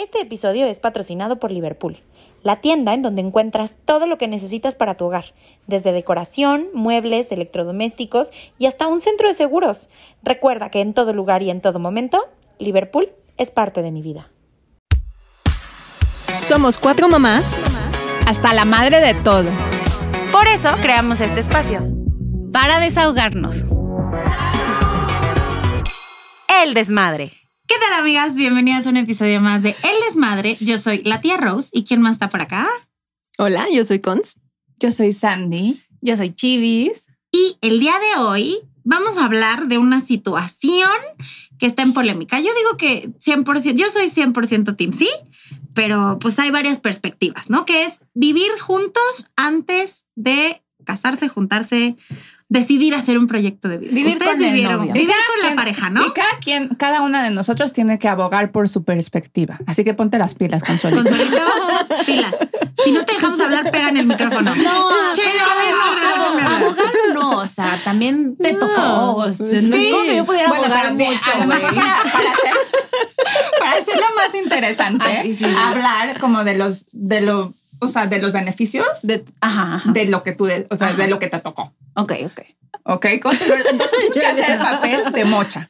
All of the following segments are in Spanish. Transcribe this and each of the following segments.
Este episodio es patrocinado por Liverpool, la tienda en donde encuentras todo lo que necesitas para tu hogar, desde decoración, muebles, electrodomésticos y hasta un centro de seguros. Recuerda que en todo lugar y en todo momento, Liverpool es parte de mi vida. Somos 4 mamás, hasta la madre de todo. Por eso creamos este espacio. Para desahogarnos. El Desmadre. ¿Qué tal, amigas? Bienvenidas a un episodio más de El Desmadre. Yo soy la tía Rose. ¿Y quién más está por acá? Hola, yo soy Cons. Yo soy Sandy. Yo soy Chivis. Y el día de hoy vamos a hablar de una situación que está en polémica. Yo digo que 100%, yo soy 100% team sí, pero pues hay varias perspectivas, ¿no? Que es vivir juntos antes de casarse, juntarse, decidir hacer un proyecto de vida. Vivir con el novio. Vivir con la pareja, ¿no? Y cada una de nosotros tiene que abogar por su perspectiva. Así que ponte las pilas, Consuelito. Consuelito, pilas. Si no te dejamos hablar, pega en el micrófono. No, abogar no. O sea, también te tocó. O sea, no es como que yo pudiera abogar mucho, güey. Para hacerlo más interesante, sí. hablar como de los beneficios de lo que tú, de lo que te tocó. Ok. Entonces tienes que hacer el papel de mocha.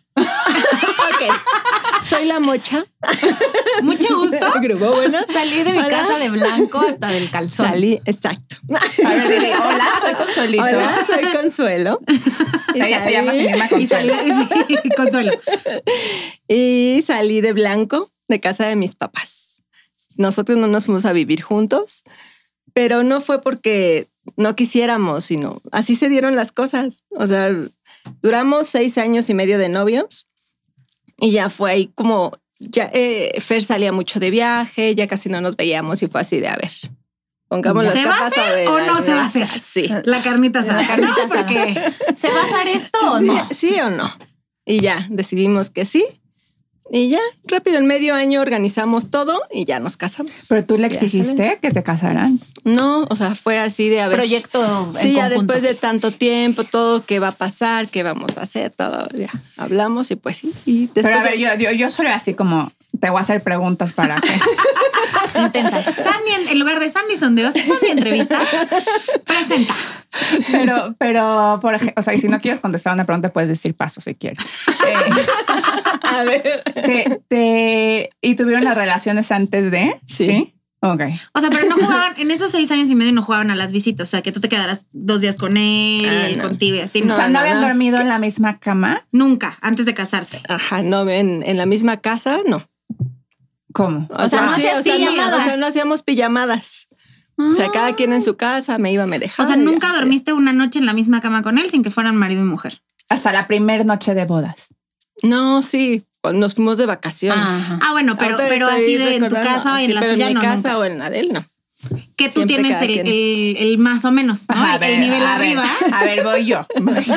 Soy la mocha. Mucho gusto. Grupo, bueno. Salí de mi casa de blanco hasta del calzón. Exacto. A ver, dile, hola, soy Consuelito. Hola, soy Consuelo. Ella se llama así misma Consuelo. Consuelo. Y salí de blanco de casa de mis papás. Nosotros no nos fuimos a vivir juntos, pero no fue porque no quisiéramos, sino así se dieron las cosas. O sea, duramos 6 años y medio de novios y ya fue ahí como, Fer salía mucho de viaje, ya casi no nos veíamos y fue así de, a ver, pongamos las ¿Se va a tapas hacer o no se va a hacer? Sí. La carnita asada. La carnita asada. Porque ¿Se va a hacer esto o no? Sí o no. Y ya decidimos que sí. Y ya, rápido, en medio año organizamos todo y ya nos casamos. Pero tú le exigiste que te casaran. No, o sea, fue así de, a ver. Proyecto en sí, ya conjunto. después de tanto tiempo, todo qué va a pasar, qué vamos a hacer, todo, ya hablamos y pues sí. Y después pero a ver, yo soy así como, te voy a hacer preguntas para que... intensas. Sandy, en lugar de Sandy Sondeos, Sandy Entrevista, presenta. Pero, por ejemplo, o sea, y si no quieres contestar una pregunta, puedes decir paso si quieres. a ver. ¿Y tuvieron las relaciones antes de? Sí. Ok. O sea, pero no jugaban, en esos 6 años y medio no jugaban a las visitas. O sea, que tú te quedaras 2 días con él, él no. contigo y así. O sea, ¿no habían dormido en la misma cama? Nunca, antes de casarse. Ajá, no, en la misma casa, no. ¿Cómo? O sea, no hacías pijamadas. O sea, no hacíamos pijamadas. O sea, cada quien en su casa, me dejaba. O sea, nunca dormiste una noche en la misma cama con él sin que fueran marido y mujer. Hasta la primera noche de bodas. No, sí, cuando nos fuimos de vacaciones. Ajá. Ah, bueno, pero Ahorita así estoy de en tu recordando, casa o en sí, la pero suya en mi no. casa Nunca. o en la de él, no. Que tú Siempre tienes cada quien. el más o menos, ¿no? Ajá, el nivel arriba. A ver, voy yo.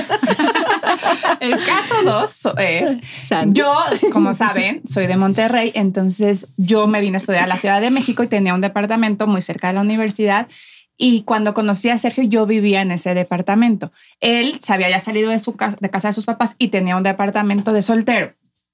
El caso 2 es... Sandy. Yo, como saben, soy de Monterrey, entonces yo me vine a estudiar a la Ciudad de México y tenía un departamento muy cerca de la universidad. Y cuando conocí a Sergio, yo vivía en ese departamento. Él se había ya salido de casa de sus papás y tenía un departamento de soltero.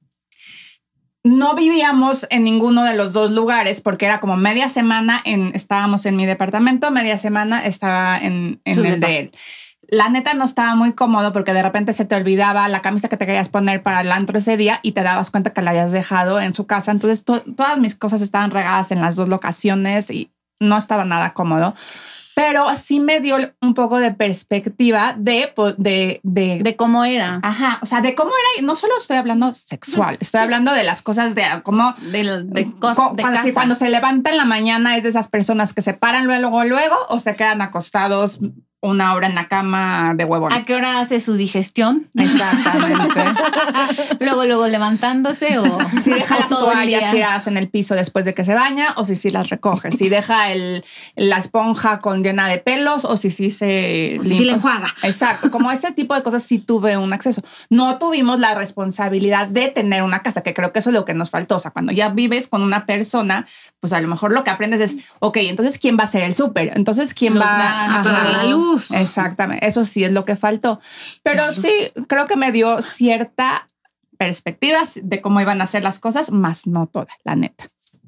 No vivíamos en ninguno de los dos lugares porque era como media semana estábamos en mi departamento, media semana estaba en el de él. La neta no estaba muy cómodo porque de repente se te olvidaba la camisa que te querías poner para el antro ese día y te dabas cuenta que la habías dejado en su casa. Entonces todas mis cosas estaban regadas en las 2 locaciones y no estaba nada cómodo. Pero sí me dio un poco de perspectiva de cómo era. Ajá, o sea, de cómo era. Y no solo estoy hablando sexual, estoy hablando de las cosas de cómo... De cosas de casa. Cuando se levanta en la mañana es de esas personas que se paran luego o se quedan acostados 1 hora en la cama de huevones. ¿A qué hora hace su digestión? Exactamente. luego levantándose o si deja las todo el toallas día. tiradas en el piso después de que se baña o si las recoge. Si deja la esponja llena de pelos o si se o si le enjuaga. Exacto. Como ese tipo de cosas sí tuve un acceso. No tuvimos la responsabilidad de tener una casa, que creo que eso es lo que nos faltó. O sea, cuando ya vives con una persona, pues a lo mejor lo que aprendes es, ok, entonces ¿quién va a hacer el súper? Entonces ¿quién Los va gastos, a pagar la luz? Exactamente. Eso sí es lo que faltó. Pero sí, creo que me dio cierta perspectiva de cómo iban a ser las cosas, más no toda, la neta.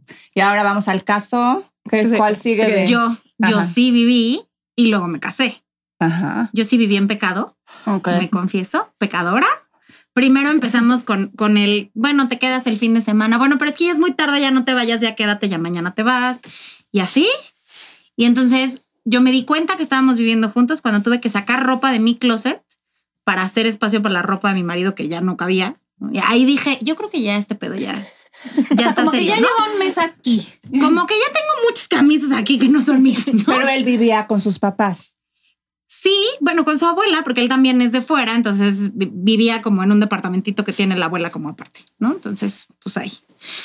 Y ahora vamos al caso. ¿Cuál sigue? De... Yo sí viví y luego me casé. Ajá. Yo sí viví en pecado, Okay. me confieso, pecadora. Primero empezamos con el, bueno, te quedas el fin de semana. Bueno, pero es que ya es muy tarde, ya no te vayas, ya quédate, ya mañana te vas. Y así. Y entonces yo me di cuenta que estábamos viviendo juntos cuando tuve que sacar ropa de mi closet para hacer espacio para la ropa de mi marido que ya no cabía. Y ahí dije, yo creo que ya este pedo ya es. O sea, como serio, que ya lleva un mes aquí. Como que ya tengo muchas camisas aquí que no son mías, ¿no? Pero él vivía con sus papás. Sí, bueno, con su abuela, porque él también es de fuera, entonces vivía como en un departamentito que tiene la abuela como aparte, ¿no? Entonces, pues ahí.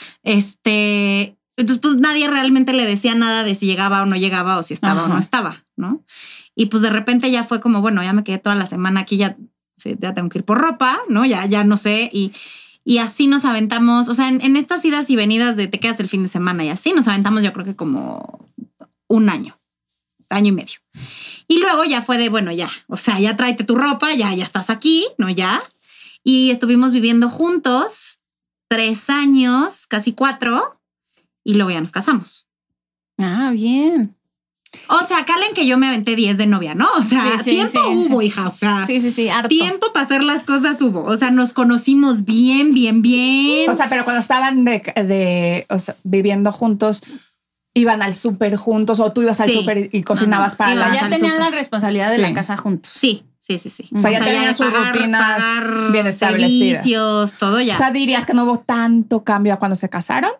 Entonces, pues nadie realmente le decía nada de si llegaba o no llegaba o si estaba o no estaba, ¿no? Y pues de repente ya fue como, bueno, ya me quedé toda la semana aquí, ya tengo que ir por ropa, ¿no? Ya no sé, y así nos aventamos, o sea, en estas idas y venidas de te quedas el fin de semana y así nos aventamos yo creo que como un año y medio. Y luego ya fue de, bueno, ya, o sea, ya tráete tu ropa, ya estás aquí, ¿no? Ya. Y estuvimos viviendo juntos 3 años, casi 4, y luego ya nos casamos. Ah, bien. O sea, calen que yo me aventé 10 de novia, ¿no? O sea, tiempo hubo, hija, o sea. Sí, harto. Tiempo para hacer las cosas hubo. O sea, nos conocimos bien. O sea, pero cuando estaban o sea, viviendo juntos, ¿iban al súper juntos o tú ibas al súper y cocinabas para la... Ya tenían la responsabilidad de la casa juntos. Sí. O sea, ya tenían sus rutinas bien establecidas. Servicios, todo ya. O sea, ¿dirías que no hubo tanto cambio a cuando se casaron?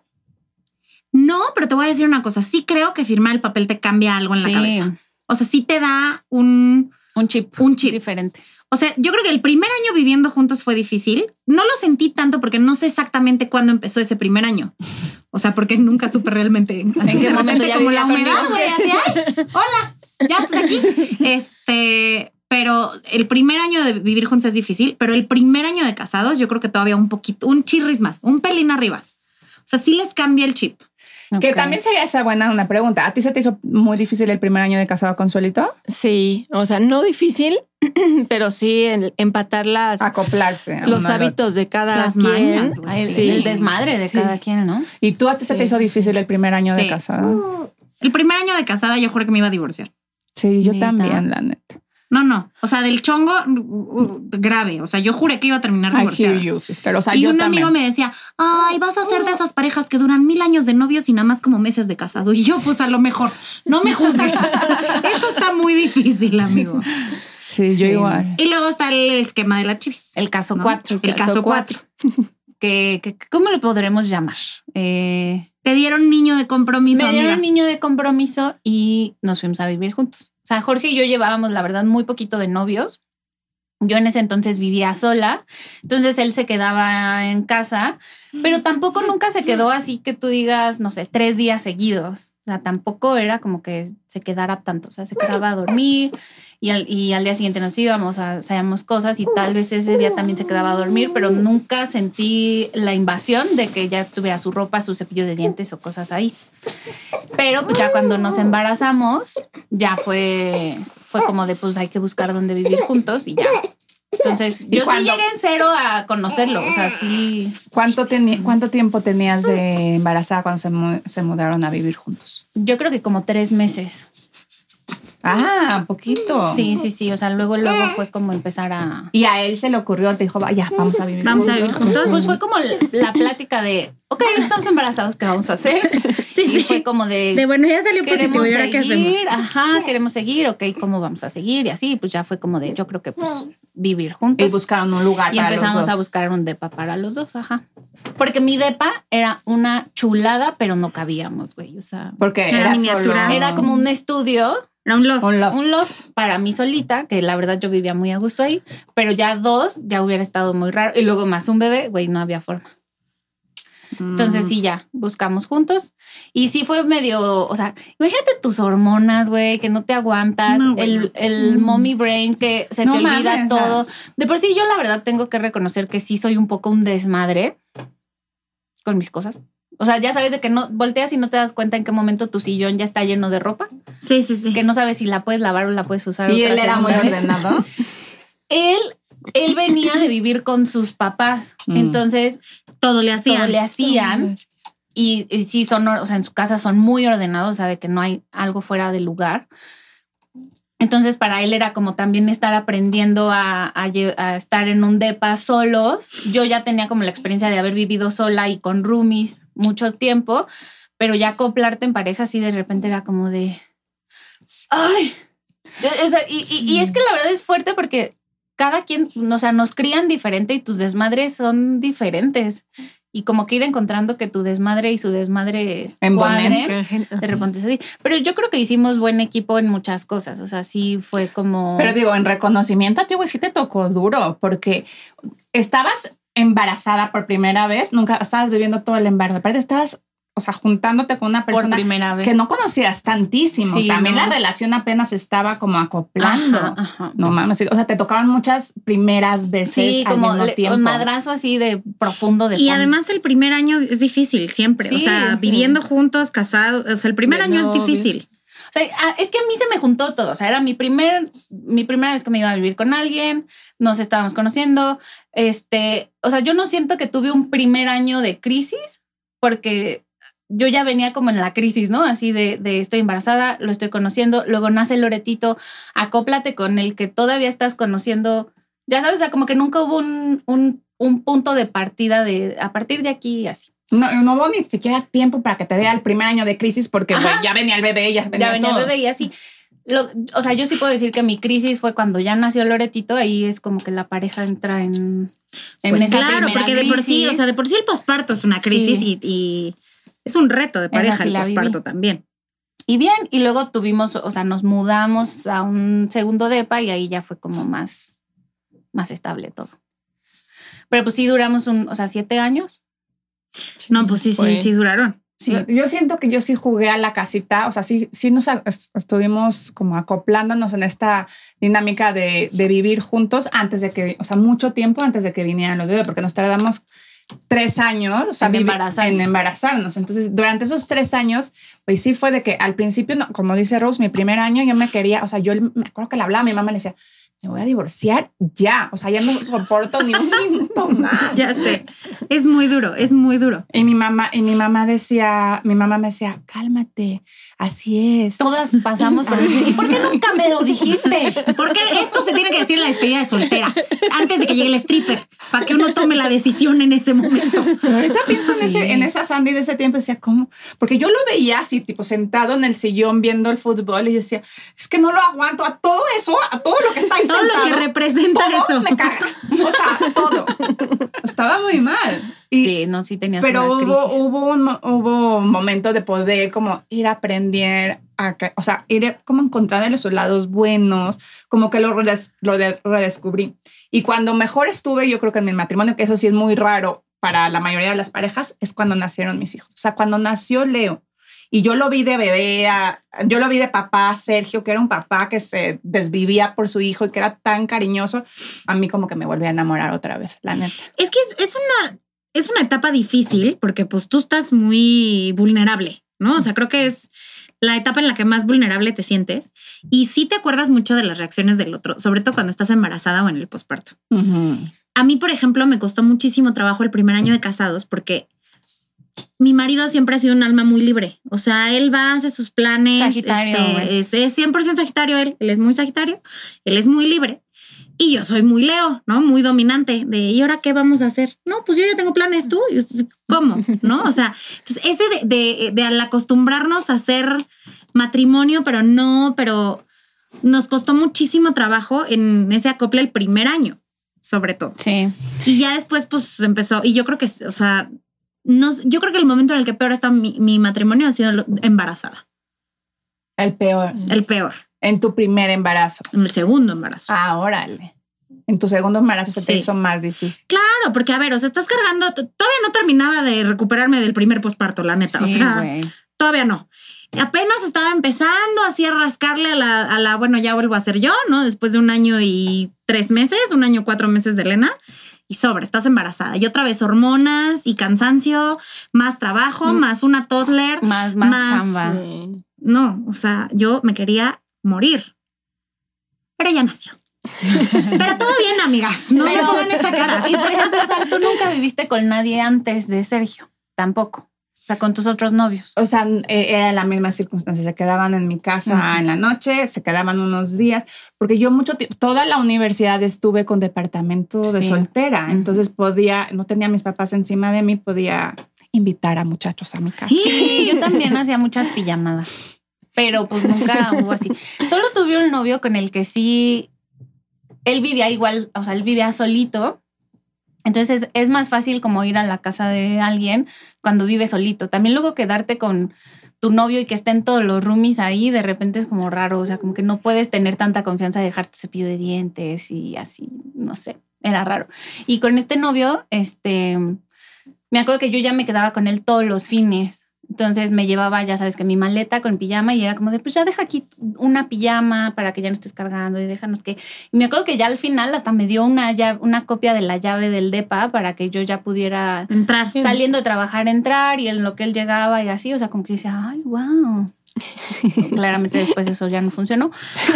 No, pero te voy a decir una cosa. Sí creo que firmar el papel te cambia algo en la cabeza. O sea, sí te da un chip diferente. O sea, yo creo que el primer año viviendo juntos fue difícil. No lo sentí tanto porque no sé exactamente cuándo empezó ese primer año. O sea, porque nunca supe realmente en qué momento ya como la humedad, güey, así, ay, hola, ya estás aquí. Pero el primer año de vivir juntos es difícil, pero el primer año de casados yo creo que todavía un poquito, un chirris más, un pelín arriba. O sea, sí les cambia el chip. Que también sería esa una pregunta. ¿A ti se te hizo muy difícil el primer año de casado con Suelito? Sí, o sea, no difícil, pero sí empatar acoplarse los hábitos de cada quien. El desmadre de cada quien, ¿no? ¿Y tú a ti se te hizo difícil el primer año de casado? El primer año de casada yo juré que me iba a divorciar. Sí, yo también, la neta. No. O sea, del chongo grave. O sea, yo juré que iba a terminar divorciada. I hear you, sister. O sea, y yo un también. amigo me decía, ay, vas a ser de esas parejas que duran 1000 años de novios y nada más como meses de casado. Y yo, pues a lo mejor, no me juzgues. Esto está muy difícil, amigo. Sí, yo igual. Y luego está el esquema de la chivis. El caso 4. El caso 4. ¿Cómo lo podremos llamar? Te dieron niño de compromiso, Me dieron niño de compromiso y nos fuimos a vivir juntos. O sea, Jorge y yo llevábamos, la verdad, muy poquito de novios. Yo en ese entonces vivía sola, entonces él se quedaba en casa, pero tampoco nunca se quedó así que tú digas, no sé, 3 días seguidos. O sea, tampoco era como que se quedara tanto. O sea, se quedaba a dormir y al día siguiente nos íbamos, hacíamos cosas y tal vez ese día también se quedaba a dormir, pero nunca sentí la invasión de que ya estuviera su ropa, su cepillo de dientes o cosas ahí. Pero pues ya cuando nos embarazamos, ya fue como de pues hay que buscar dónde vivir juntos y ya. Entonces, yo sí llegué en cero a conocerlo, o sea, sí. ¿Cuánto tiempo tenías de embarazada cuando se mudaron a vivir juntos? Yo creo que como 3 meses. Ah, poquito. Sí, o sea, luego fue como empezar a... Y a él se le ocurrió, te dijo, vaya, vamos a vivir juntos. Pues fue como la plática de, ok, estamos embarazados, ¿qué vamos a hacer? Y fue como de bueno, ya salió positivo, ¿y ahora qué hacemos? Queremos seguir, ok, ¿cómo vamos a seguir? Y así, pues ya fue como de, yo creo que pues vivir juntos. Y buscaron un lugar para los dos. Y empezamos a buscar un depa para los dos, Porque mi depa era una chulada, pero no cabíamos, güey, o sea. Porque era miniatura. Era como un estudio. Era un loft. Un loft para mí solita, que la verdad yo vivía muy a gusto ahí, pero ya 2 ya hubiera estado muy raro. Y luego más un bebé, güey, no había forma. Entonces sí, ya buscamos juntos. Y sí fue medio, o sea, imagínate tus hormonas, güey, que no te aguantas, el mommy brain, que se te olvida todo. De por sí yo la verdad tengo que reconocer que sí soy un poco un desmadre con mis cosas. O sea, ya sabes de que no volteas y no te das cuenta en qué momento tu sillón ya está lleno de ropa. Sí. Que no sabes si la puedes lavar o la puedes usar. Y él era muy ordenado. Él venía de vivir con sus papás. Entonces, todo le hacían. Y sí son, o sea, en su casa son muy ordenados, o sea, de que no hay algo fuera de lugar. Entonces para él era como también estar aprendiendo a estar en un depa solos. Yo ya tenía como la experiencia de haber vivido sola y con roomies mucho tiempo, pero ya acoplarte en pareja así de repente era como de... ¡Ay! O sea, y es que la verdad es fuerte porque cada quien, o sea, nos crían diferente y tus desmadres son diferentes. Y como que ir encontrando que tu desmadre y su desmadre cuadren, de repente es así. Pero yo creo que hicimos buen equipo en muchas cosas. O sea, sí fue como... Pero digo, en reconocimiento a ti, güey, sí te tocó duro porque estabas embarazada por primera vez, nunca estabas viviendo todo el embarazo. Aparte estabas, o sea, juntándote con una persona por primera vez que no conocías tantísimo. Sí, también no. la relación apenas estaba como acoplando. Ajá. No mames, o sea, te tocaban muchas primeras veces Sí, al como mismo tiempo. un madrazo así de profundo de Y fondo. además el primer año es difícil siempre. Sí, o sea, viviendo juntos, casados. O sea, el primer De año novios. es difícil. O sea, es que a mí se me juntó todo. O sea, era mi primera vez que me iba a vivir con alguien. Nos estábamos conociendo. O sea, yo no siento que tuve un primer año de crisis porque yo ya venía como en la crisis, ¿no? Así de estoy embarazada, lo estoy conociendo. Luego nace Loretito. Acóplate con el que todavía estás conociendo. Ya sabes, o sea, como que nunca hubo un punto de partida de a partir de aquí así. No hubo ni siquiera tiempo para que te diera el primer año de crisis porque güey, ya venía el bebé, ya venía el bebé y así. O sea, yo sí puedo decir que mi crisis fue cuando ya nació Loretito. Ahí es como que la pareja entra en Pues esa claro, primera porque de por sí, crisis. o sea, de por sí el posparto es una crisis Sí. y es un reto de pareja sí el la posparto viví. también. Y bien, y luego tuvimos, o sea, nos mudamos a un segundo depa y ahí ya fue como más estable todo. Pero pues sí duramos 7 años. No, pues sí duraron. Sí. Yo siento que yo sí jugué a la casita, o sea, sí nos estuvimos como acoplándonos en esta dinámica de vivir juntos antes de que, o sea, mucho tiempo antes de que vinieran los bebés, porque nos tardamos 3 años, o sea, En embarazarse. en embarazarnos. Entonces, durante esos 3 años, pues sí fue de que al principio, no, como dice Rose, mi primer año yo me quería, o sea, yo me acuerdo que le hablaba a mi mamá, le decía, me voy a divorciar ya, o sea, ya no soporto ni un minuto más. Ya sé. Es muy duro, es muy duro. Y mi mamá me decía, cálmate, así es. Todas pasamos por eso. ¿Y por qué nunca me lo dijiste? Porque esto se tiene que decir en la despedida de soltera, antes de que llegue el stripper, para que uno tome la decisión en ese momento. Pero ahorita pienso Sí. en esa Sandy de ese tiempo, decía, ¿cómo? Porque yo lo veía así, tipo sentado en el sillón viendo el fútbol y yo decía, es que no lo aguanto a todo eso, a todo lo que está ahí Todo sentado, lo que representa todo eso. me caga. O sea, todo. Estaba muy mal. Y, Sí, no, sí tenías pero una crisis. hubo un momento de poder como ir a aprender, o sea, ir como encontrando sus lados buenos, como que lo redescubrí. Y cuando mejor estuve, yo creo que en mi matrimonio, que eso sí es muy raro para la mayoría de las parejas, es cuando nacieron mis hijos. O sea, cuando nació Leo y yo lo vi de bebé, yo lo vi de papá, Sergio, que era un papá que se desvivía por su hijo y que era tan cariñoso, a mí como que me volví a enamorar otra vez, la neta. Es que es una etapa difícil porque pues tú estás muy vulnerable, ¿no? O sea, creo que es la etapa en la que más vulnerable te sientes y sí te acuerdas mucho de las reacciones del otro, sobre todo cuando estás embarazada o en el posparto. A mí, por ejemplo, me costó muchísimo trabajo el primer año de casados porque mi marido siempre ha sido un alma muy libre. O sea, él va, hace sus planes. Sagitario, güey. Es 100% Sagitario él. Él es muy Sagitario. Él es muy libre. Y yo soy muy Leo, ¿no? Muy dominante. ¿Y ahora qué vamos a hacer? No, pues yo ya tengo planes, ¿tú? ¿Cómo? ¿No? O sea, entonces ese de al acostumbrarnos a hacer matrimonio, pero nos costó muchísimo trabajo en ese acople el primer año, sobre todo. Sí. Y ya después, pues, empezó. Y yo creo que, o sea, yo creo que el momento en el que peor está mi matrimonio ha sido embarazada. El peor. El peor. En tu primer embarazo. En el segundo embarazo. Ah, órale. En tu segundo embarazo se te Sí. hizo más difícil. Claro, porque a ver, o sea, estás cargando. Todavía no terminaba de recuperarme del primer posparto, la neta. Sí, o sea, güey. todavía no. Apenas estaba empezando así a rascarle a la, bueno, ya vuelvo a ser yo, ¿no? Después de 1 año y 3 meses, 1 año y 4 meses de Elena. Y estás embarazada. Y otra vez hormonas y cansancio, más trabajo, más una toddler. Más chamba. Sí. No, o sea, yo me quería morir. Pero ya nació. Pero todo bien, amigas. No me pongan esa cara. Y por ejemplo, o sea, tú nunca viviste con nadie antes de Sergio. Tampoco. O sea, con tus otros novios. O sea, era la misma circunstancia. Se quedaban en mi casa en la noche, se quedaban unos días, porque yo mucho tiempo, toda la universidad estuve con departamento de soltera. Entonces no tenía a mis papás encima de mí, podía invitar a muchachos a mi casa. Sí, yo también hacía muchas pijamadas, pero pues nunca hubo así. Solo tuve un novio con el que sí, él vivía igual, o sea, él vivía solito. Entonces es más fácil como ir a la casa de alguien cuando vive solito. También luego quedarte con tu novio y que estén todos los roomies ahí, de repente es como raro. O sea, como que no puedes tener tanta confianza de dejar tu cepillo de dientes y así, no sé, era raro. Y con este novio, me acuerdo que yo ya me quedaba con él todos los fines. Entonces me llevaba, ya sabes, que mi maleta con pijama y era como de, pues ya deja aquí una pijama para que ya no estés cargando y déjanos que... Y me acuerdo que ya al final hasta me dio una copia de la llave del depa para que yo ya pudiera entrar. Saliendo de trabajar, entrar y en lo que él llegaba y así. O sea, como que yo decía, ay, wow. Claramente después eso ya no funcionó.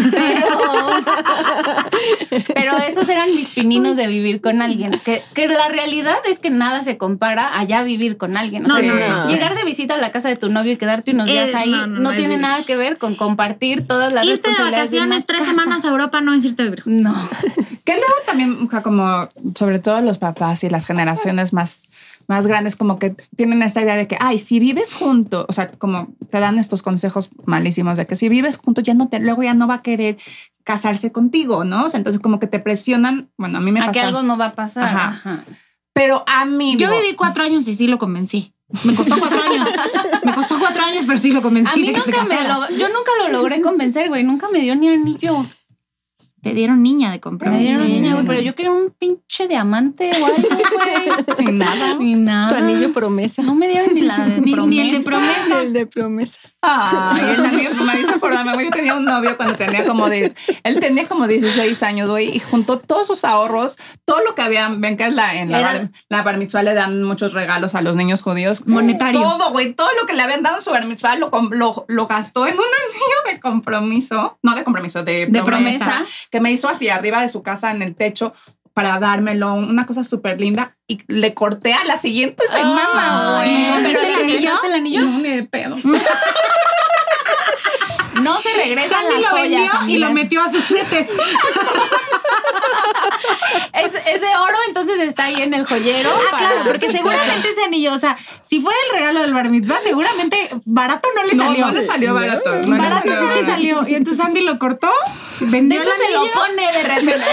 Pero esos eran mis pininos de vivir con alguien. Que la realidad es que nada se compara a ya vivir con alguien. O sea, No. Llegar de visita a la casa de tu novio y quedarte unos días ahí no tiene nada que ver con compartir todas las irte de responsabilidades de vacaciones 3 semanas a Europa no es irte a vivir juntos. No. Que luego también, como sobre todo los papás y las generaciones más grandes, como que tienen esta idea de que, ay, si vives juntos, o sea, como te dan estos consejos malísimos de que si vives juntos luego ya no va a querer casarse contigo, ¿no? O sea, entonces como que te presionan, bueno, a mí me pasa. A que algo no va a pasar. Ajá. Pero a mí... Yo viví 4 años y sí lo convencí. Me costó 4 años. Me costó 4 años, pero sí lo convencí. A mí yo nunca lo logré convencer, güey. Nunca me dio ni anillo. Te dieron niña de compromiso. Me dieron niña, güey, pero yo quería un pinche diamante o algo, güey. Ni nada. Tu anillo promesa. No me dieron ni la de promesa. Ni el de promesa. El de promesa. Ay, el anillo me hizo acordarme, güey. Yo tenía un novio cuando tenía él tenía como 16 años, güey, y juntó todos sus ahorros, todo lo que había, ven que en la bar mitzvah le dan muchos regalos a los niños judíos. Monetario. Todo, güey, todo lo que le habían dado en su bar mitzvah lo gastó en un anillo de compromiso, no de compromiso, de promesa. Que me hizo así arriba de su casa en el techo para dármelo, una cosa súper linda, y le corté a la siguiente semana, güey. ¿Pero le regresaste el anillo? No, ni de pedo. No se regresan Sandy las lo vendió joyas, y amigas. lo metió a sus setes. Es de oro, entonces está ahí en el joyero. Claro, porque seguramente ese anillo, o sea, si fue el regalo del bar mitzvah, seguramente barato no le salió. No le salió barato. Barato no le salió. Y entonces Andy lo cortó, De vendió hecho, el se lo anillo. pone de repente.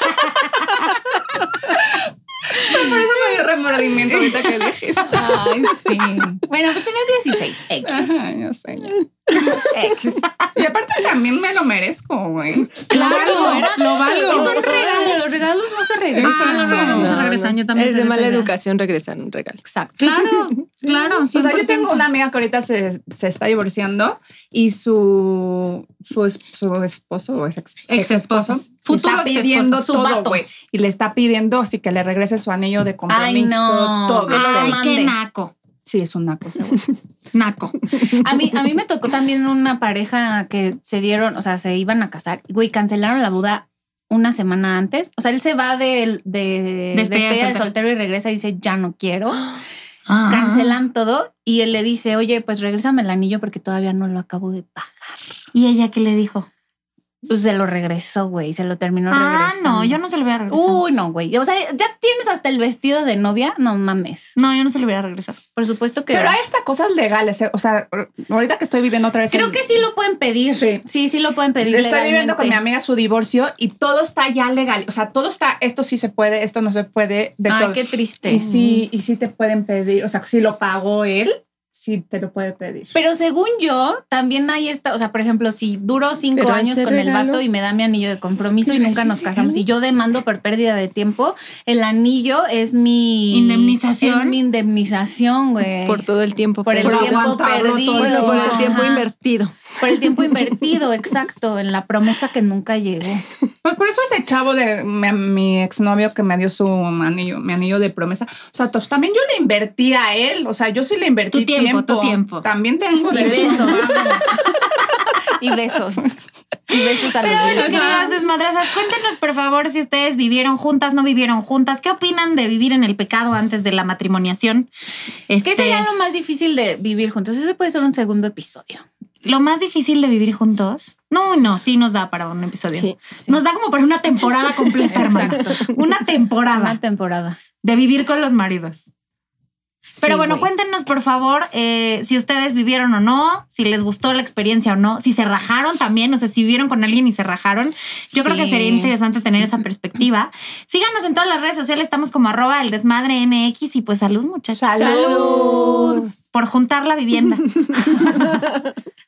Por eso me dio remordimiento ahorita que dije esto. Ay, sí. Bueno, tú tenías 16. X. Ajá, yo sé. X. Y aparte también me lo merezco, güey. Claro, lo valgo. Es un regalo. Los regalos no se regresan. Los regalos no se regresan. Yo también Es sé de mala esa idea. educación regresar un regalo. Exacto. Claro, O sea, yo tengo una amiga que ahorita se está divorciando y su esposo o ex esposo Futuro está pidiendo su todo, vato. güey. Y le está pidiendo así que le regrese su anillo de compromiso. Ay, no. Todo. Que lo Ay, demande. qué naco. Sí, es una cosa, güey. Naco. A mí me tocó también una pareja que se dieron, o sea, se iban a casar. Güey, cancelaron la boda una semana antes. O sea, él se va de despedida de soltero y regresa y dice, ya no quiero. Cancelan todo y él le dice, oye, pues regrésame el anillo porque todavía no lo acabo de pagar. ¿Y ella qué le dijo? Pues se lo regresó, güey, se lo terminó regresando. No, yo no se lo hubiera regresado. Uy, no, güey. O sea, ya tienes hasta el vestido de novia, no mames. No, yo no se lo hubiera regresado. Por supuesto que... Pero hay estas cosas legales, o sea, ahorita que estoy viviendo otra vez. Creo que sí lo pueden pedir. Sí lo pueden pedir. Estoy viviendo con mi amiga su divorcio y todo está ya legal. O sea, todo está, esto sí se puede, esto no se puede. De Ay, todo. qué triste. Y sí te pueden pedir, o sea, si lo pagó él, sí te lo puede pedir. Pero según yo, también hay esta, o sea, por ejemplo, si duro 5 Pero años ese con el regalo- vato y me da mi anillo de compromiso y nunca nos casamos y yo demando por pérdida de tiempo, el anillo es mi... ¿Indemnización? Es mi indemnización, güey. Por todo el tiempo. Por el perdido. tiempo aguantarlo perdido. todo. Bueno, por el tiempo Ajá. invertido. Por el tiempo invertido, exacto, en la promesa que nunca llegó. Pues por eso ese chavo de mi exnovio que me dio mi anillo de promesa, o sea, pues también yo le invertí a él, o sea, yo sí le invertí Tu tiempo. También tengo Y derecho. besos. Y besos. Y besos a los Pero bueno, niños. queridas desmadrosas, cuéntenos por favor si ustedes vivieron juntas, no vivieron juntas. ¿Qué opinan de vivir en el pecado antes de la matrimoniación? ¿Qué sería lo más difícil de vivir juntos? Ese puede ser un segundo episodio. Lo más difícil de vivir juntos. No, sí nos da para un episodio. Sí. Nos da como para una temporada completa, hermano. Una temporada de vivir con los maridos. Pero Sí, bueno, güey. cuéntenos por favor si ustedes vivieron o no, si les gustó la experiencia o no, si se rajaron también, o sea, si vivieron con alguien y se rajaron. Yo creo que Sí. sería interesante tener esa perspectiva. Síganos en todas las redes sociales, estamos como @eldesmadrenx y pues salud, muchachos. ¡Salud! Por juntar la vivienda.